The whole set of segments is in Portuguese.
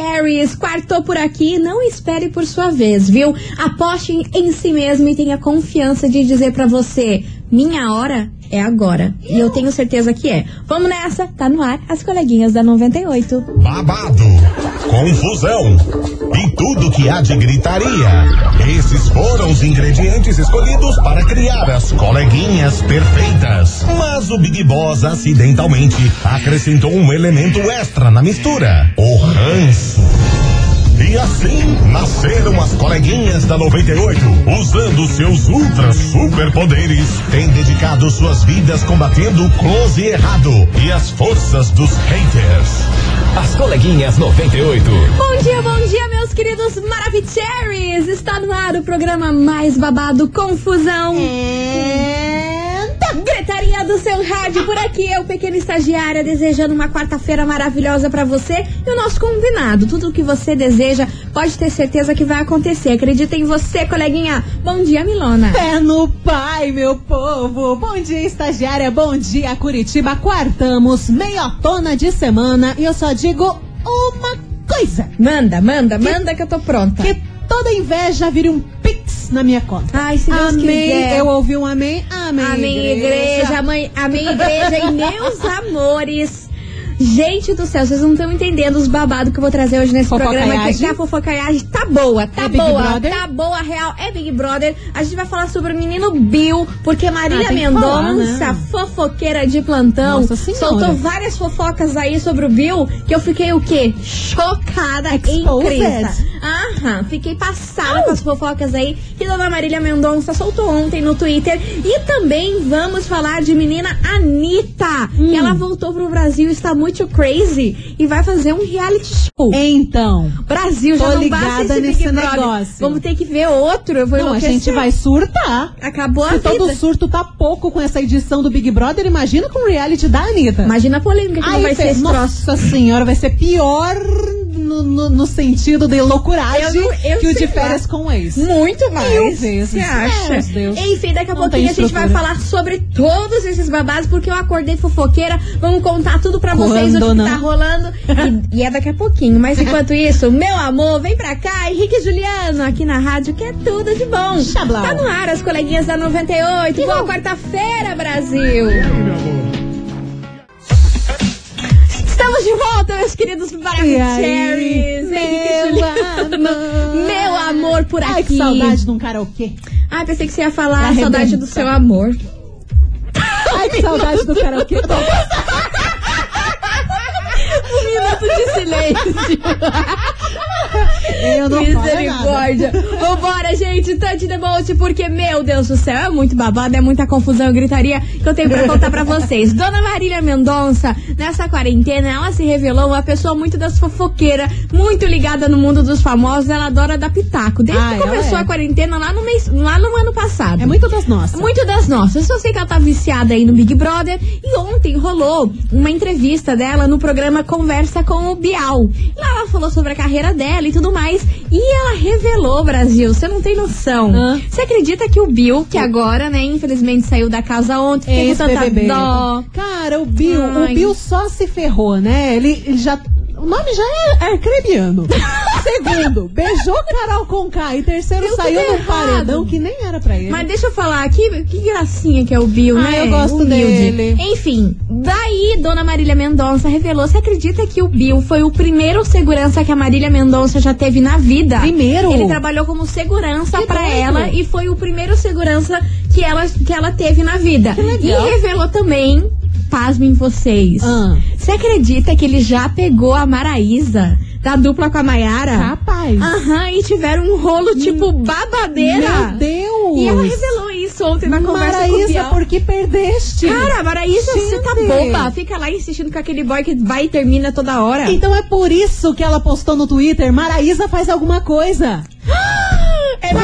Maravicheries, quartou por aqui, não espere por sua vez, viu? Aposte em si mesmo e tenha confiança de dizer pra você, minha hora é agora. E eu tenho certeza que é. Vamos nessa, tá no ar, as coleguinhas da 98. Babado, confusão e tudo que há de gritaria. Esses foram os ingredientes escolhidos para criar as coleguinhas perfeitas. Mas o Big Boss acidentalmente acrescentou um elemento extra na mistura: o ranço. E assim nasceram as coleguinhas da 98, usando seus ultra superpoderes, têm dedicado suas vidas combatendo o close e errado e as forças dos haters. As coleguinhas 98. Bom dia, meus queridos Maravicheries! Está no ar o programa mais babado, confusão. Gritaria do seu rádio, por aqui eu, pequena estagiária, desejando uma quarta-feira maravilhosa pra você e o nosso combinado. Tudo o que você deseja, pode ter certeza que vai acontecer. Acredita em você, coleguinha. Bom dia, Milona. Pé no pai, meu povo. Bom dia, estagiária. Bom dia, Curitiba. Quartamos, meiotona de semana. E eu só digo uma coisa. Manda que eu tô pronta. Que toda inveja vire um pix na minha conta. Ai, se Deus quiser. Eu ouvi um amém. Amém, igreja. Amém, igreja. E meus amores, gente do céu, vocês não estão entendendo os babados que eu vou trazer hoje nesse programa. Que a fofocaiagem tá boa, tá boa, real, é Big Brother. A gente vai falar sobre o menino Bill, porque Marília Mendonça, né? Fofoqueira de plantão, soltou várias fofocas aí sobre o Bill, que eu fiquei o quê? Chocada em crença. Fiquei passada com as fofocas aí que Dona Marília Mendonça soltou ontem no Twitter. E também vamos falar de menina Anitta, que ela voltou pro Brasil, está muito crazy e vai fazer um reality show. Então, Brasil, já não basta esse Big Brother. Vamos ter que ver outro. Eu vou enlouquecer. A gente vai surtar. Acabou a vida. Se todo surto tá pouco com essa edição do Big Brother, imagina com o reality da Anitta. Imagina a polêmica que vai ser esse troço. Nossa senhora, vai ser pior no sentido de loucuragem que o de férias com o ex. Muito mais. 1000 vezes. Você acha? Deus. Enfim, daqui a pouquinho a gente vai falar sobre todos esses babados, porque eu acordei fofoqueira. Vamos contar tudo pra vocês, o que tá rolando. E é daqui a pouquinho. Mas enquanto isso, meu amor, vem pra cá, Henrique e Juliano, aqui na rádio, que é tudo de bom. Xablau. Tá no ar, as coleguinhas da 98. Boa quarta-feira, Brasil. Estamos de volta, meus queridos Maravicheries. Meu amor por aqui. Ai, que saudade de um karaokê. Ai, pensei que você ia falar a saudade do seu amor. Ai, que saudade do karaokê. Um minuto de silêncio. Eu não Misericórdia. Vambora, gente, touch the boat, porque, meu Deus do céu, é muito babado, é muita confusão e gritaria que eu tenho pra contar pra vocês. Dona Marília Mendonça, nessa quarentena, ela se revelou uma pessoa muito das fofoqueiras, muito ligada no mundo dos famosos. Ela adora dar pitaco. Desde que começou a quarentena, lá no ano passado. É muito das nossas. Muito das nossas. Eu sei que ela tá viciada aí no Big Brother. E ontem rolou uma entrevista dela no programa Conversa com o Bial. Lá ela falou sobre a carreira dela e tudo mais. E ela revelou, Brasil, você não tem noção. Você acredita que o Bill, que agora, né, infelizmente saiu da casa ontem, ficou tanta dó. Cara, o Bill só se ferrou, né? Ele já... O nome já é arcrebiano. Segundo, beijou Carol Conká. E terceiro, saiu num paredão que nem era pra ele. Mas deixa eu falar, que gracinha que é o Bill, né? Eu gosto dele. Enfim, daí Dona Marília Mendonça revelou. Você acredita que o Bill foi o primeiro segurança que a Marília Mendonça já teve na vida? Primeiro? Ele trabalhou como segurança pra ela e foi o primeiro segurança que ela teve na vida. E revelou também... Pasmem vocês. Você acredita que ele já pegou a Maraísa da dupla com a Maiara? Rapaz. E tiveram um rolo tipo babadeira. Meu Deus. E ela revelou isso ontem na conversa com o Maraísa, Bial. por que perdeste? Cara, Maraísa, você tá boba. Fica lá insistindo com aquele boy que vai e termina toda hora. Então é por isso que ela postou no Twitter, Maraísa faz alguma coisa. É verdade.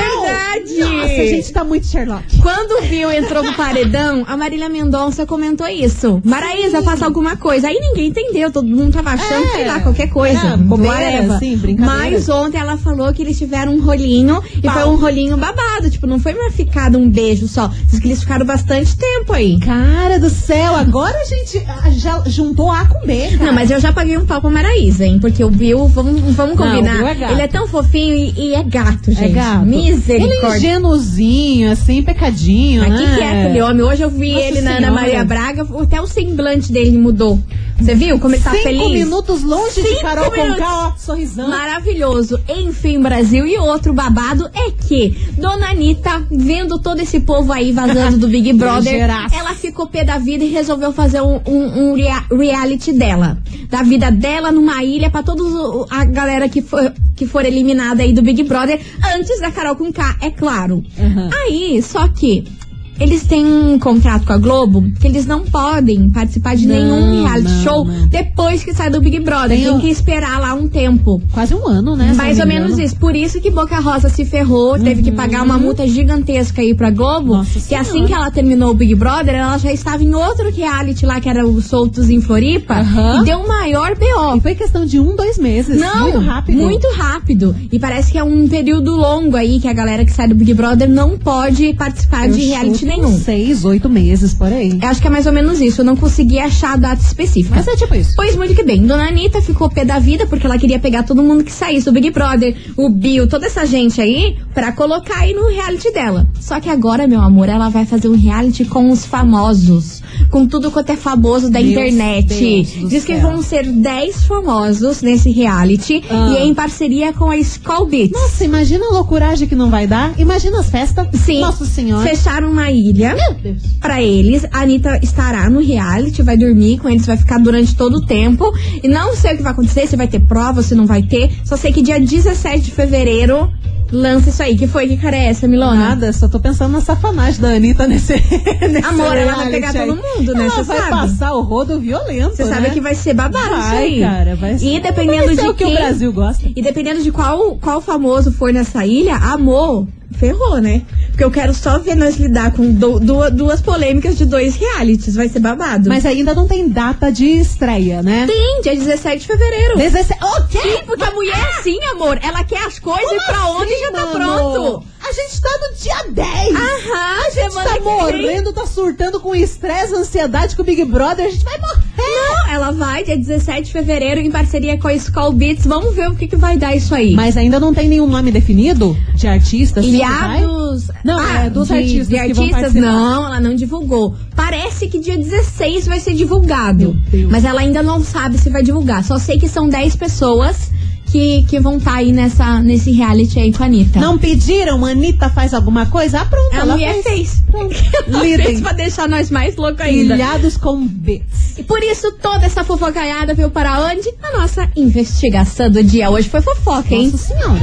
verdade. Nossa, a gente tá muito Sherlock. Quando o Bill entrou no paredão, a Marília Mendonça comentou isso. Maraísa, faça alguma coisa. Aí ninguém entendeu, todo mundo tava achando, sei lá, qualquer coisa. Bobeira, assim, brincadeira. Mas ontem ela falou que eles tiveram um rolinho e foi um rolinho babado. Tipo, não foi uma ficada, um beijo só. Diz que eles ficaram bastante tempo aí. Cara do céu, agora a gente já juntou A com B, cara. Não, mas eu já paguei um pau pra Maraísa, hein? Porque o Bill, vamos combinar. Não, o Bill ele é tão fofinho e é gato, gente. É gato. Misericórdia. Ele é ingenuzinho, assim, pecadinho, Mas né? que é aquele homem? Hoje eu vi ele na Ana Maria Braga, até o semblante dele mudou. Você viu como ele tá feliz? 5 minutos longe de Carol Conká, ó, sorrisão. Maravilhoso. Enfim, Brasil. E outro babado é que Dona Anitta, vendo todo esse povo aí vazando do Big Brother, ela ficou pé da vida e resolveu fazer um reality dela. Da vida dela numa ilha pra toda a galera que for eliminada aí do Big Brother, antes da Carol Conká, é claro. Aí, só que eles têm um contrato com a Globo que eles não podem participar de nenhum reality show depois que sai do Big Brother. Tem que esperar lá um tempo. Quase um ano, né? Mais ou menos isso. Por isso que Boca Rosa se ferrou, teve que pagar uma multa gigantesca aí pra Globo. Nossa que Senhora. assim que ela terminou o Big Brother, ela já estava em outro reality lá, que era o Soltos em Floripa, e deu um maior BO. E foi questão de 2 meses. Não, muito rápido. Muito rápido. E parece que é um período longo aí que a galera que sai do Big Brother não pode participar de reality nenhum. 6, 8 meses, por aí. Eu acho que é mais ou menos isso. Eu não consegui achar a data específica. Mas é tipo isso. Pois muito que bem. Dona Anitta ficou pé da vida porque ela queria pegar todo mundo que saísse do Big Brother, o Bill, toda essa gente aí, pra colocar aí no reality dela. Só que agora, meu amor, ela vai fazer um reality com os famosos. Com tudo quanto é famoso da internet. Diz que vão ser 10 famosos nesse reality. E é em parceria com a Skol Beats. Nossa, imagina a loucuragem que não vai dar. Imagina as festas. Sim. Nossa Senhora. Fecharam uma ilha. Meu Deus. Pra eles, a Anitta estará no reality, vai dormir com eles, vai ficar durante todo o tempo. E não sei o que vai acontecer, se vai ter prova, se não vai ter. Só sei que dia 17 de fevereiro lança isso aí. Que foi? Que cara é essa, Milona? Nada, só tô pensando na safanagem da Anitta nesse Amor, ela vai pegar todo mundo, né? Ela vai passar o rodo violento, Você sabe que vai ser babado isso aí. Cara, vai ser. E dependendo de o que o Brasil gosta. E dependendo de qual famoso for nessa ilha, amor, ferrou, né? Porque eu quero só ver nós lidar com duas polêmicas de 2 realities. Vai ser babado. Mas ainda não tem data de estreia, né? Tem, dia 17 de fevereiro. 17? O quê? Sim, porque a mulher é assim, amor. Ela quer as coisas e pra onde já tá pronto. A gente tá no dia 10. Aham, a gente tá morrendo, tá surtando com estresse, ansiedade com o Big Brother. A gente vai morrer. Não, ela vai dia 17 de fevereiro em parceria com a Skol Beats. Vamos ver o que vai dar isso aí. Mas ainda não tem nenhum nome definido de artistas? Ilhados. Não, dos artistas de que vão artistas, participar. não, ela não divulgou. Parece que dia 16 vai ser divulgado. Mas ela ainda não sabe se vai divulgar. Só sei que são 10 pessoas que vão estar aí nesse reality aí com a Anitta. Não pediram? A Anitta faz alguma coisa? Ah, pronto, a mulher fez. Ela fez pra deixar nós mais loucos ainda. Ilhados com Beats. E por isso toda essa fofocaiada veio para onde? A nossa investigação do dia. Hoje foi fofoca, hein? Nossa Senhora.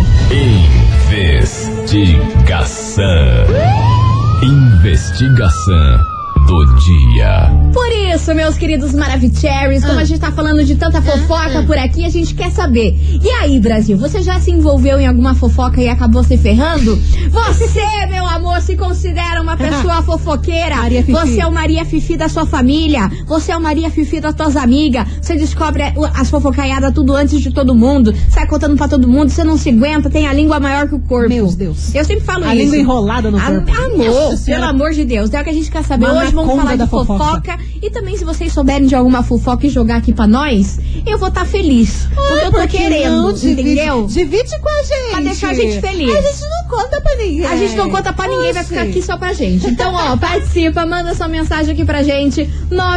Investigação do dia. Por isso, meus queridos Maravicheries, como a gente tá falando de tanta fofoca por aqui, a gente quer saber. E aí, Brasil, você já se envolveu em alguma fofoca e acabou se ferrando? Você, meu amor, se considera uma pessoa fofoqueira? Maria Fifi. Você é o Maria Fifi da sua família? Você é o Maria Fifi das tuas amigas? Você descobre as fofocaiadas tudo antes de todo mundo? Sai contando pra todo mundo, você não se aguenta, tem a língua maior que o corpo. Meu Deus. Eu sempre falo a isso. A língua enrolada no corpo. Amor, pelo amor de Deus. É o que a gente quer saber. Hoje vamos falar de fofoca. E também, se vocês souberem de alguma fofoca e jogar aqui pra nós, eu vou estar feliz. Porque eu tô querendo, entendeu? Divide com a gente. Pra deixar a gente feliz. A gente não conta pra ninguém. A gente não conta pra ninguém, vai ficar aqui só pra gente. Então, ó, participa, manda sua mensagem aqui pra gente.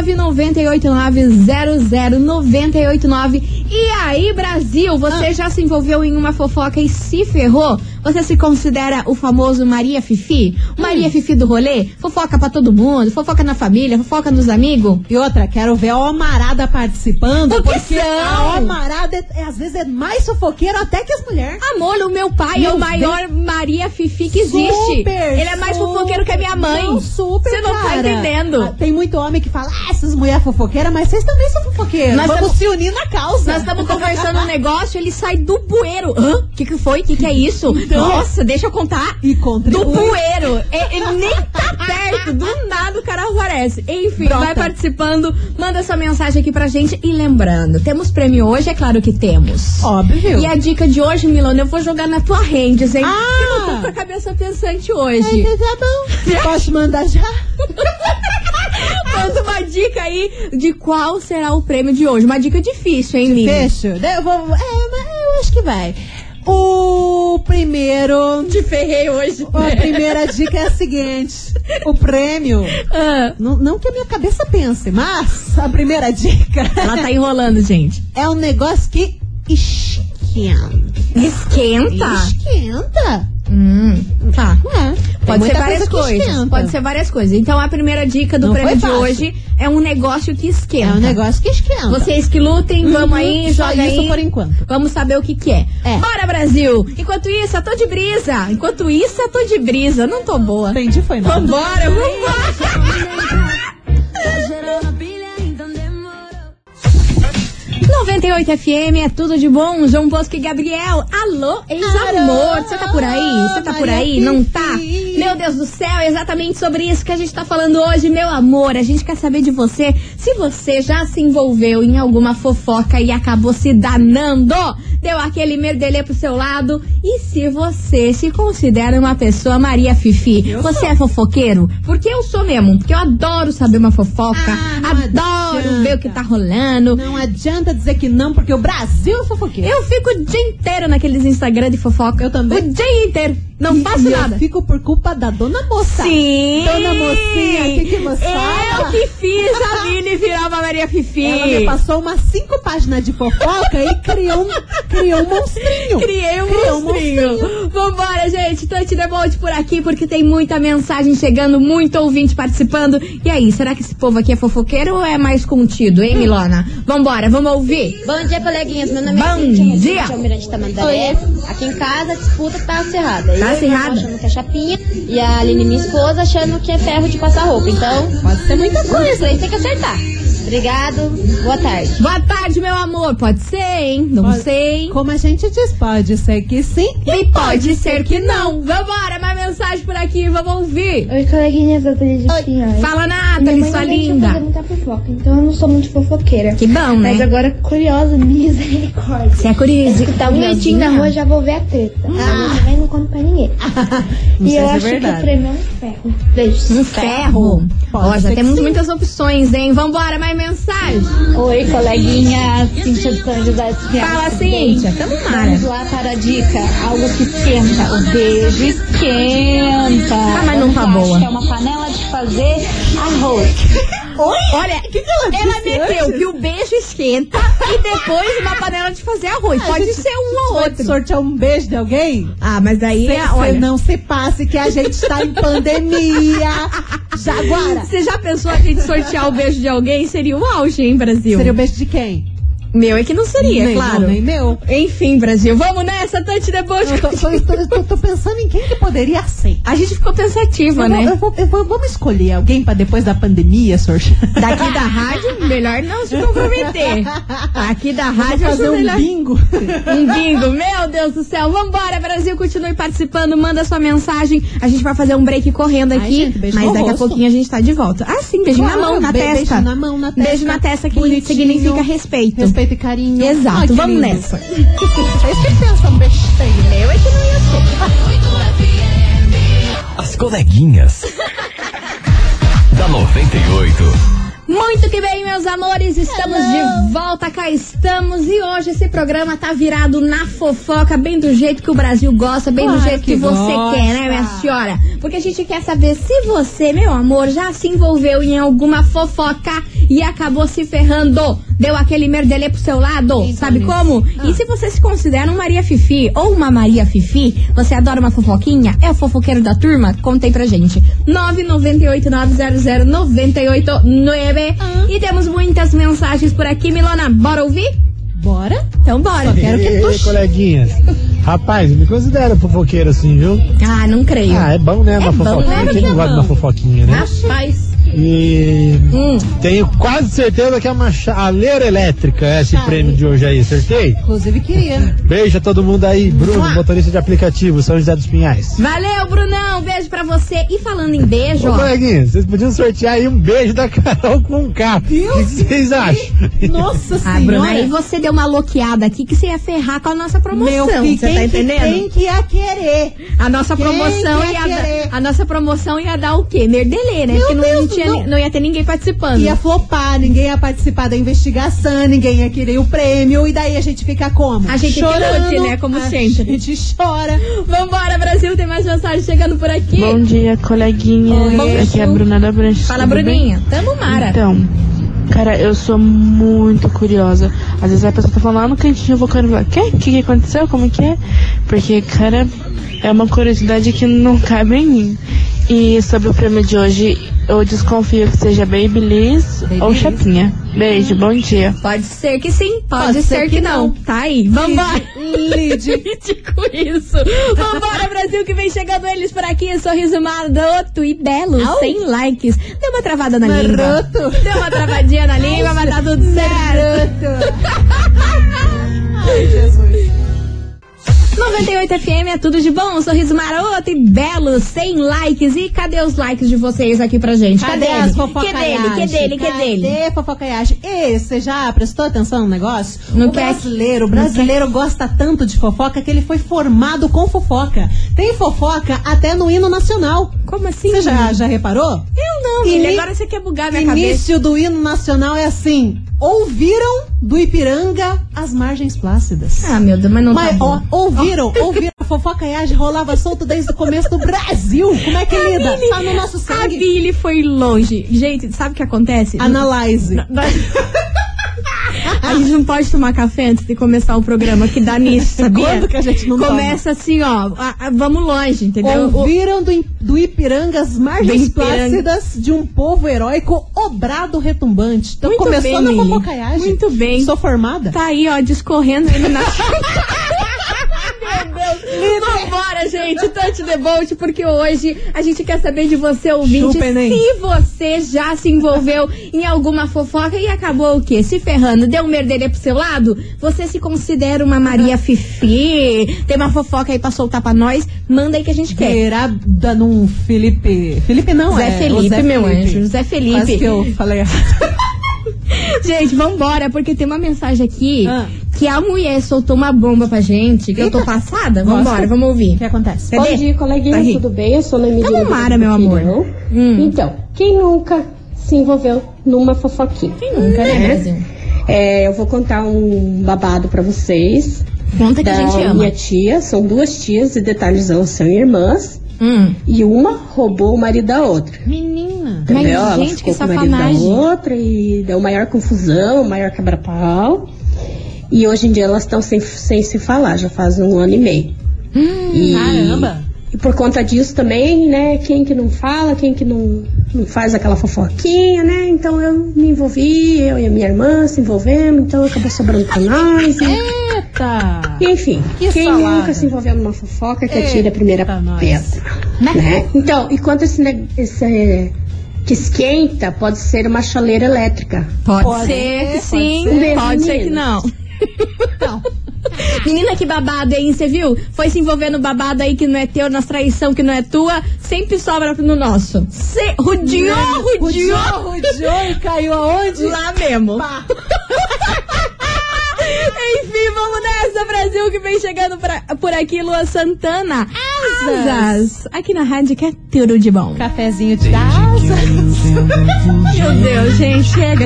998900989. E aí, Brasil, você já se envolveu em uma fofoca e se ferrou? Você se considera o famoso Maria Fifi? Maria Fifi do rolê? Fofoca pra todo mundo, fofoca na família, fofoca nos amigos? E outra, quero ver a Omarada participando. Porque a Omarada, às vezes, é mais fofoqueira até que as mulheres. Amor, o meu pai é o maior Maria Fifi que existe. Super, ele é mais fofoqueiro que a minha mãe. Não, super, Você não tá entendendo. Tem muito homem que fala, essas mulheres fofoqueiras, mas vocês também são fofoqueiras. Vamos se unir na causa. Nós estamos conversando um negócio, ele sai do bueiro. Hã? O que foi? O que é isso? Então, nossa, deixa eu contar. E contribui. Do poeiro. Ele nem tá perto. Do nada o cara aparece. Enfim, Brota. vai participando. Manda sua mensagem aqui pra gente. E lembrando, temos prêmio hoje? É claro que temos. Óbvio. E a dica de hoje, Milona, eu vou jogar na tua range, hein? Eu não tô com a cabeça pensante hoje. Tá bom. Posso mandar já? Manda uma dica aí de qual será o prêmio de hoje. Uma dica difícil, hein, Lili? Fecho. Mas eu acho que vai. O primeiro... Te ferrei hoje. A primeira dica é a seguinte. O prêmio... Não que a minha cabeça pense, mas a primeira dica... Ela tá enrolando, gente. É um negócio que esquenta. Esquenta? Esquenta. Tá. Pode ser muita várias coisa que coisas. esquenta. Pode ser várias coisas. Então a primeira dica do Não prêmio foi de fácil. hoje é um negócio que esquenta. É um negócio que esquenta. Vocês que lutem, vamos aí, Só joga isso aí. por enquanto. Vamos saber o que que é. Bora, Brasil! Enquanto isso, eu tô de brisa. Não tô boa. Entendi, foi nada. Vambora. 98 FM, é tudo de bom. João Bosco e Gabriel. Alô, ex-amor. Você tá por aí? Você tá por aí? Não tá? Meu Deus do céu, é exatamente sobre isso que a gente tá falando hoje, meu amor. A gente quer saber de você se você já se envolveu em alguma fofoca e acabou se danando. Deu aquele merdelê pro seu lado. E se você se considera uma pessoa Maria Fifi? Você é fofoqueiro? Porque eu sou mesmo. Porque eu adoro saber uma fofoca. Adoro ver o que tá rolando. Não adianta dizer que não, porque o Brasil é fofoqueiro. Eu fico o dia inteiro naqueles Instagram de fofoca. Eu também. O dia inteiro. Não faço nada. Eu fico por culpa da dona moça. Sim. Dona mocinha, o que você fala? Eu que fiz a Vini virar uma Maria Fifi. Ela me passou umas 5 páginas de fofoca e criou um monstrinho. Criei um monstrinho. Vambora, gente. Touch the boat por aqui, porque tem muita mensagem chegando, muito ouvinte participando. E aí, será que esse povo aqui é fofoqueiro ou é mais contido, hein, Milona? Vambora, vamos ouvir. Bom dia, coleguinhas. Meu nome é Bom Cíntia, dia. de Almirante Tamandaré. Aqui em casa a disputa tá acirrada. Tá acirrada? Achando que é chapinha e a Aline, minha esposa, achando que é ferro de passar roupa. Então, Pode ser muita os três tem que acertar. Obrigado, boa tarde. Boa tarde, meu amor. Pode ser, hein? Não sei. Como a gente diz, pode ser que sim. E pode ser que não. Vambora, mais mensagem por aqui, vamos ouvir. Oi, coleguinhas da Senhora. Fala, Minha Nathalie, mãe sua não deixa eu linda. fazer muita fofoca, então eu não sou muito fofoqueira. Que bom, né? Mas agora, curiosa, misericórdia. Você é curiosa. Tá bonitinho na rua, já vou ver a treta. Mas também não conto pra ninguém. E eu acho que o prêmio é um ferro. Beijos. Um ferro. Pode Ó, já ser temos que sim. muitas opções, hein? Vambora, mais mensagem. Oi, coleguinha. Cíntia de São José dos Pinhais. Fala, Cíntia. Tamo Vamos lá para a dica. Algo que esquenta. O beijo esquenta. Ah, mas não tá Vamos lá, boa. acho que é uma panela de fazer arroz. Olha, ela meteu que o beijo esquenta e depois uma panela de fazer arroz. Pode ser um ou Pode outro. sortear um beijo de alguém? Ah, mas daí, olha... Não se passe que a gente está em pandemia. Jaguara. Você já pensou a gente sortear o beijo de alguém? Seria o auge, hein, Brasil? Seria o beijo de quem? Meu é que não seria, Nem, claro. não, nem meu. Enfim, Brasil, vamos nessa, Tante Deboche. Eu tô pensando em quem que poderia ser. A gente ficou pensativa, né? Vamos escolher alguém pra depois da pandemia, sortear. Daqui da rádio, melhor não se comprometer. Aqui da rádio, fazer acho um melhor... bingo. Um bingo, meu Deus do céu. Vambora, Brasil, continue participando, manda sua mensagem. A gente vai fazer um break correndo aqui, gente, beijo mas no daqui a rosto. pouquinho a gente tá de volta. Ah, sim, beijinho Claro, na mão, na beijo testa. na mão, na testa. Beijo na testa, que Bonitinho. significa respeito. Respeito e carinho. Exato, Ai, que vamos lindo. nessa. Vocês que pensam besteira. Eu é que não ia ser. As coleguinhas. Da 98. Muito que bem, meus amores, estamos de volta, cá estamos. E hoje esse programa tá virado na fofoca, bem do jeito que o Brasil gosta, bem do Claro jeito que que você gosta. quer, né, minha senhora? Porque a gente quer saber se você, meu amor, já se envolveu em alguma fofoca e acabou se ferrando. Deu aquele merdelê pro seu lado, Então, sabe isso. como? E se você se considera um Maria Fifi ou uma Maria Fifi, você adora uma fofoquinha, é o fofoqueiro da turma? Conta aí pra gente. 998-900-989. E temos muitas mensagens por aqui, Milona. Bora ouvir? Bora? Então bora. Quero que Ei, puxe. coleguinhas. Rapaz, me considero fofoqueiro assim, viu? Ah, não creio. Ah, é bom, né? Uma bom, fofoquinha. né? Quem não gosta de uma fofoquinha, né? Rapaz. E tenho quase certeza que é uma chaleira elétrica esse prêmio de hoje aí. Acertei? Inclusive queria. Beijo a todo mundo aí. Bruno, motorista de aplicativo, São José dos Pinhais. Valeu, Brunão. Beijo pra você. E falando em beijo, ó. Coleguinha, vocês podiam sortear aí um beijo da Carol com K. O que vocês acham? Nossa senhora. Bruna, aí você deu uma loqueada aqui que você ia ferrar com a nossa promoção. Meu filho, você tá entendendo? Quem que ia querer? A nossa promoção ia dar o quê? Merdelê, né? Porque não ia ter ninguém participando. Ia flopar, ninguém ia participar da investigação, ninguém ia querer o prêmio, e daí a gente fica como? A gente chorando, né? Como sempre. A gente chora. Vambora, Brasil, tem mais mensagem chegando por aqui. Bom dia, coleguinha. Aqui é a Bruna da Branche. Fala, Bruninha. Tamo, Mara. Então, cara, eu sou muito curiosa. Às vezes a pessoa tá falando lá no cantinho, eu vou querer falar, o que aconteceu? Como que é? Porque, cara, é uma curiosidade que não cabe em mim. E sobre o prêmio de hoje, eu desconfio que seja Babyliss ou Chapinha. Beijo, bom dia. Pode ser que sim, pode ser que não. Tá aí, vambora. Lide com isso. Vambora, Brasil, que vem chegando eles por aqui. Sorriso maroto e belo, sem likes. Deu uma travada na língua. Deu uma travadinha na língua, mas tá tudo certo. Ai, Jesus. 98 FM é tudo de bom, sorriso maroto e belo, 100 likes. E cadê os likes de vocês aqui pra gente? Cadê as fofocaiagens? Que dele? Cadê fofocaiagem? E você já prestou atenção no negócio? O brasileiro gosta tanto de fofoca que ele foi formado com fofoca. Tem fofoca até no hino nacional. Como assim? Você já reparou? Eu não, filha, agora você quer bugar minha cabeça. O início do hino nacional é assim: ouviram do Ipiranga as margens plácidas. Ah, meu Deus, mas não tá bom. Ouviram a fofocaiagem rolava solto desde o começo do Brasil. Como é que lida? Tá no nosso sangue. A Billy foi longe. Gente, sabe o que acontece? Analyze. A gente não pode tomar café antes de começar o programa, que dá nisso, sabia? Quando que a gente não começa assim, ó, vamos longe, entendeu? Ouviram do Ipiranga as margens plácidas de um povo heróico obrado retumbante. Então muito começou bem, na fofocaiagem. Muito bem. Sou formada. Tá aí, ó, discorrendo ele na... Meu Deus, vambora, gente, touch the boat, porque hoje a gente quer saber de você, ouvinte, se você já se envolveu em alguma fofoca e acabou o quê? Se ferrando, deu um merdelê pro seu lado? Você se considera uma Maria Fifi? Tem uma fofoca aí pra soltar pra nós? Manda aí que a gente quer. Beirada num Felipe não Zé é? Felipe, Zé meu Felipe. anjo, Zé Felipe. Quase que eu falei errado. Gente, vambora, porque tem uma mensagem aqui que a mulher soltou uma bomba pra gente, que eu tô passada. Vambora, vamos ouvir. O que acontece? Bom dia, coleguinha, tudo bem? Eu sou Noemi. Tá Mara, meu amor. Então, quem nunca se envolveu numa fofoquinha? Quem nunca, né, Brasil? Eu vou contar um babado pra vocês. Conta que a gente ama. Minha tia, são duas tias, e detalhes, elas são irmãs. E uma roubou o marido da outra. Menina. Entendeu? Mas, ela gente, ficou que com o marido sacanagem. da outra e deu maior confusão, maior quebra-pau. E hoje em dia elas estão sem se falar, já faz 1 ano e meio. Caramba! E por conta disso também, né, quem que não fala, quem que não faz aquela fofoquinha, né? Então eu me envolvi, eu e a minha irmã se envolvemos, então acabou sobrando pra nós. Eita! Enfim, quem salada. nunca se envolveu numa fofoca que atira a primeira pedra, né? Então, enquanto esse que esquenta, pode ser uma chaleira elétrica. Pode ser que sim, pode ser que não. Então. Menina, que babado, hein? Você viu? Foi se envolver no babado aí que não é teu, nas traição que não é tua, sempre sobra no nosso. Rudiou e caiu aonde? Lá mesmo. Enfim, vamos nessa, Brasil, que vem chegando por aqui, Lua Santana. Asas. Aqui na rádio que é tudo de bom. Cafezinho de asas. Meu Deus, gente, chega.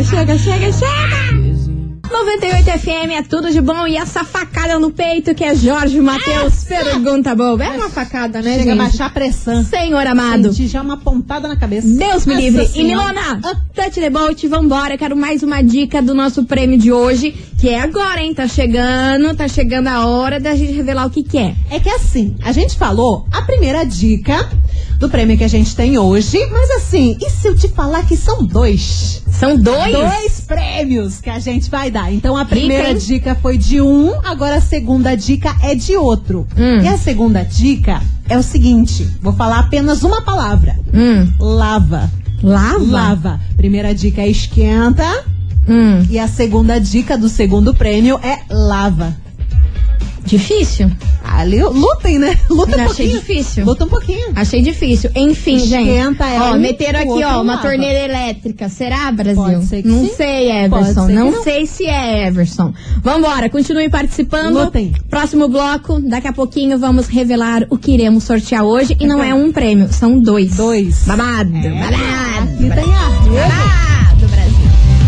98 FM é tudo de bom. E essa facada no peito que é Jorge Matheus pergunta boa. É uma facada, né, Chega gente? a baixar a pressão. Senhor amado. Senti já uma pontada na cabeça. Deus me livre. E Milona, touch the boat, vambora. Quero mais uma dica do nosso prêmio de hoje, que é agora, hein? Tá chegando a hora da gente revelar o que é. É que assim, a gente falou a primeira dica do prêmio que a gente tem hoje, mas assim, e se eu te falar que são dois? São dois? 2 prêmios que a gente vai dar. Então a primeira dica foi de um, agora a segunda dica é de outro. E a segunda dica é o seguinte, vou falar apenas uma palavra. Lava. Lava. Primeira dica é esquenta. E a segunda dica do segundo prêmio é lava. Difícil? Ali, lutem, né? Luta um Achei pouquinho. difícil. Luta um pouquinho. Achei difícil. Enfim, Esquenta gente. Ó, meteram aqui, ó, uma torneira elétrica. Será, Brasil? Pode ser que não sim. sei, Everson. Não sei se é, Everson. Vambora, continue participando. Lutem. Próximo bloco, daqui a pouquinho vamos revelar o que iremos sortear hoje. E não é um prêmio, são 2. 2. Babado. Babado. Aqui tem arrego. Babado, Brasil.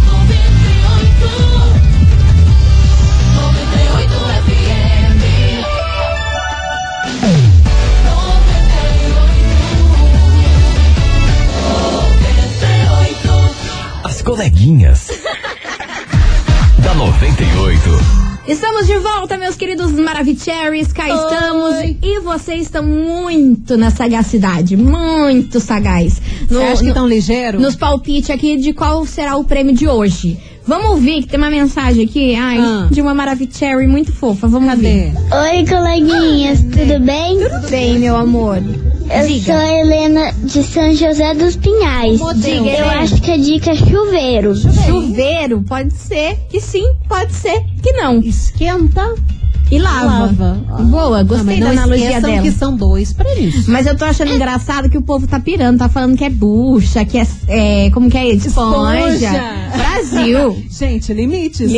As coleguinhas da 98. Estamos de volta, meus queridos Maravicheries. Cá estamos. E vocês estão muito na sagacidade. Muito sagaz. Você acha que estão ligeiros? Nos palpites aqui de qual será o prêmio de hoje. Vamos ouvir, que tem uma mensagem aqui, de uma Maravicherry muito fofa. Vamos ver. Oi, coleguinhas, tudo bem? Tudo bem, meu amor. Eu sou a Helena de São José dos Pinhais. Diga, eu acho que a dica é chuveiro. Chuveiro? Pode ser que sim, pode ser que não. Esquenta e lava. Boa, gostei da analogia dela. Que são 2 prêmios. Mas eu tô achando engraçado que o povo tá pirando, tá falando que é bucha, que é como que é? Esponja. Brasil. Gente, limites.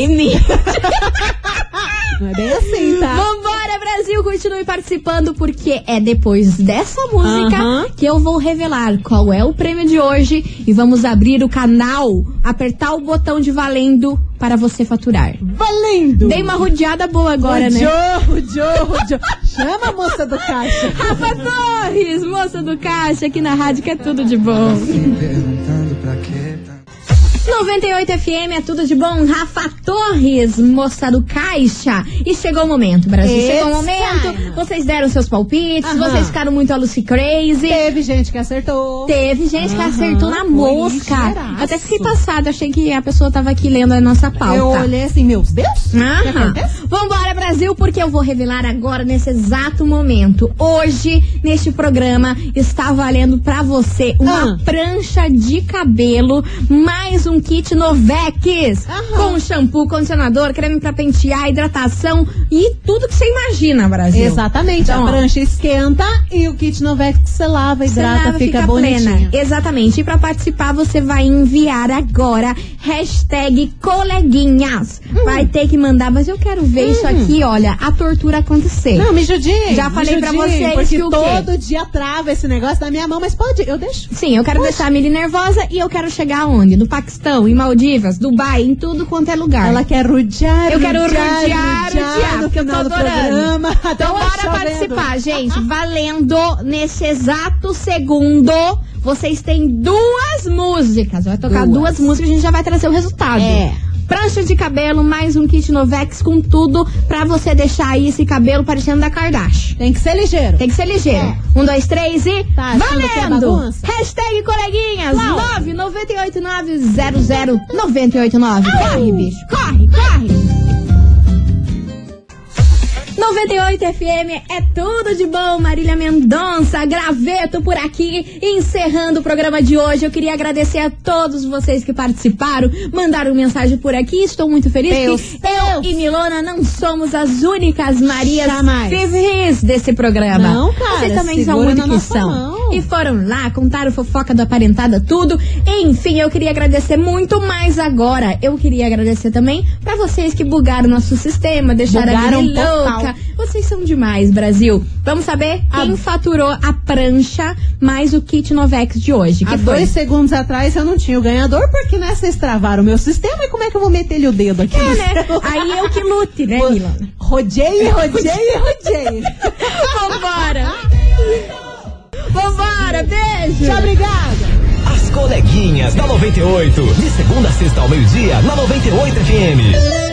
Não é bem assim, tá? Vambora, Brasil, continue participando, porque é depois dessa música que eu vou revelar qual é o prêmio de hoje e vamos abrir o canal, apertar o botão de valendo para você faturar. Valendo! Dei uma rodeada boa agora, né? Rodeou. Chama a moça do caixa. Rafa Torres, moça do caixa, aqui na rádio que é tudo de bom. 98 FM é tudo de bom. Rafa Torres, moça do caixa. E chegou o momento, Brasil. Chegou o momento. Vocês deram seus palpites. Vocês ficaram muito Lucy Crazy. Teve gente que acertou. Teve gente que acertou na mosca. Eu até fiquei passada. Achei que a pessoa tava aqui lendo a nossa pauta. Eu olhei assim, meus Deus. Vambora, Brasil, porque eu vou revelar agora, nesse exato momento. Hoje, neste programa, está valendo pra você uma prancha de cabelo, mais um kit Novex, com shampoo, condicionador, creme pra pentear, hidratação e tudo que você imagina, Brasil. Exatamente, então, a prancha esquenta e o kit Novex você lava, hidrata, fica bonitinha. Exatamente, e pra participar você vai enviar agora #coleguinhas. Vai ter que mandar, mas eu quero ver isso aqui, olha, a tortura acontecer. Não, me judiem. Já falei pra vocês porque que o todo dia trava esse negócio da minha mão, mas pode, eu deixo. Sim, eu quero deixar a Mili nervosa e eu quero chegar aonde? No Paquistão, em Maldivas, Dubai, em tudo quanto é lugar. Ela quer rodear. Eu quero rodear, porque eu tô adorando. Então bora participar, gente. Valendo nesse exato segundo. Vocês têm 2 músicas. Vai tocar 2 músicas e a gente já vai trazer o resultado. Prancha de cabelo, mais um kit Novex com tudo pra você deixar aí esse cabelo parecendo da Kardashian. Tem que ser ligeiro. 1, 2, 3 e tá, valendo! #coleguinhas 998900989. Corre, bicho, corre! 98 FM é tudo de bom. Marília Mendonça, Graveto por aqui, encerrando o programa de hoje. Eu queria agradecer a todos vocês que participaram, mandaram mensagem por aqui. Estou muito feliz que eu e Milona não somos as únicas Marias Feliz desse programa. Não, cara, vocês também são muito que são. E foram lá, contaram fofoca da parentada, tudo. Enfim, eu queria agradecer muito, mas agora eu queria agradecer também pra vocês que bugaram nosso sistema, deixaram a Mili louca. Vocês são demais, Brasil. Vamos saber quem faturou a prancha mais o kit Novex de hoje. Há 2 segundos atrás eu não tinha o ganhador, porque né, vocês travaram o meu sistema e como é que eu vou meter-lhe o dedo aqui? Né? Aí eu que lute, né, Milona? Rodei. Vambora, beijo. Tchau, obrigada. As coleguinhas da 98. De segunda a sexta ao meio-dia, na 98 FM.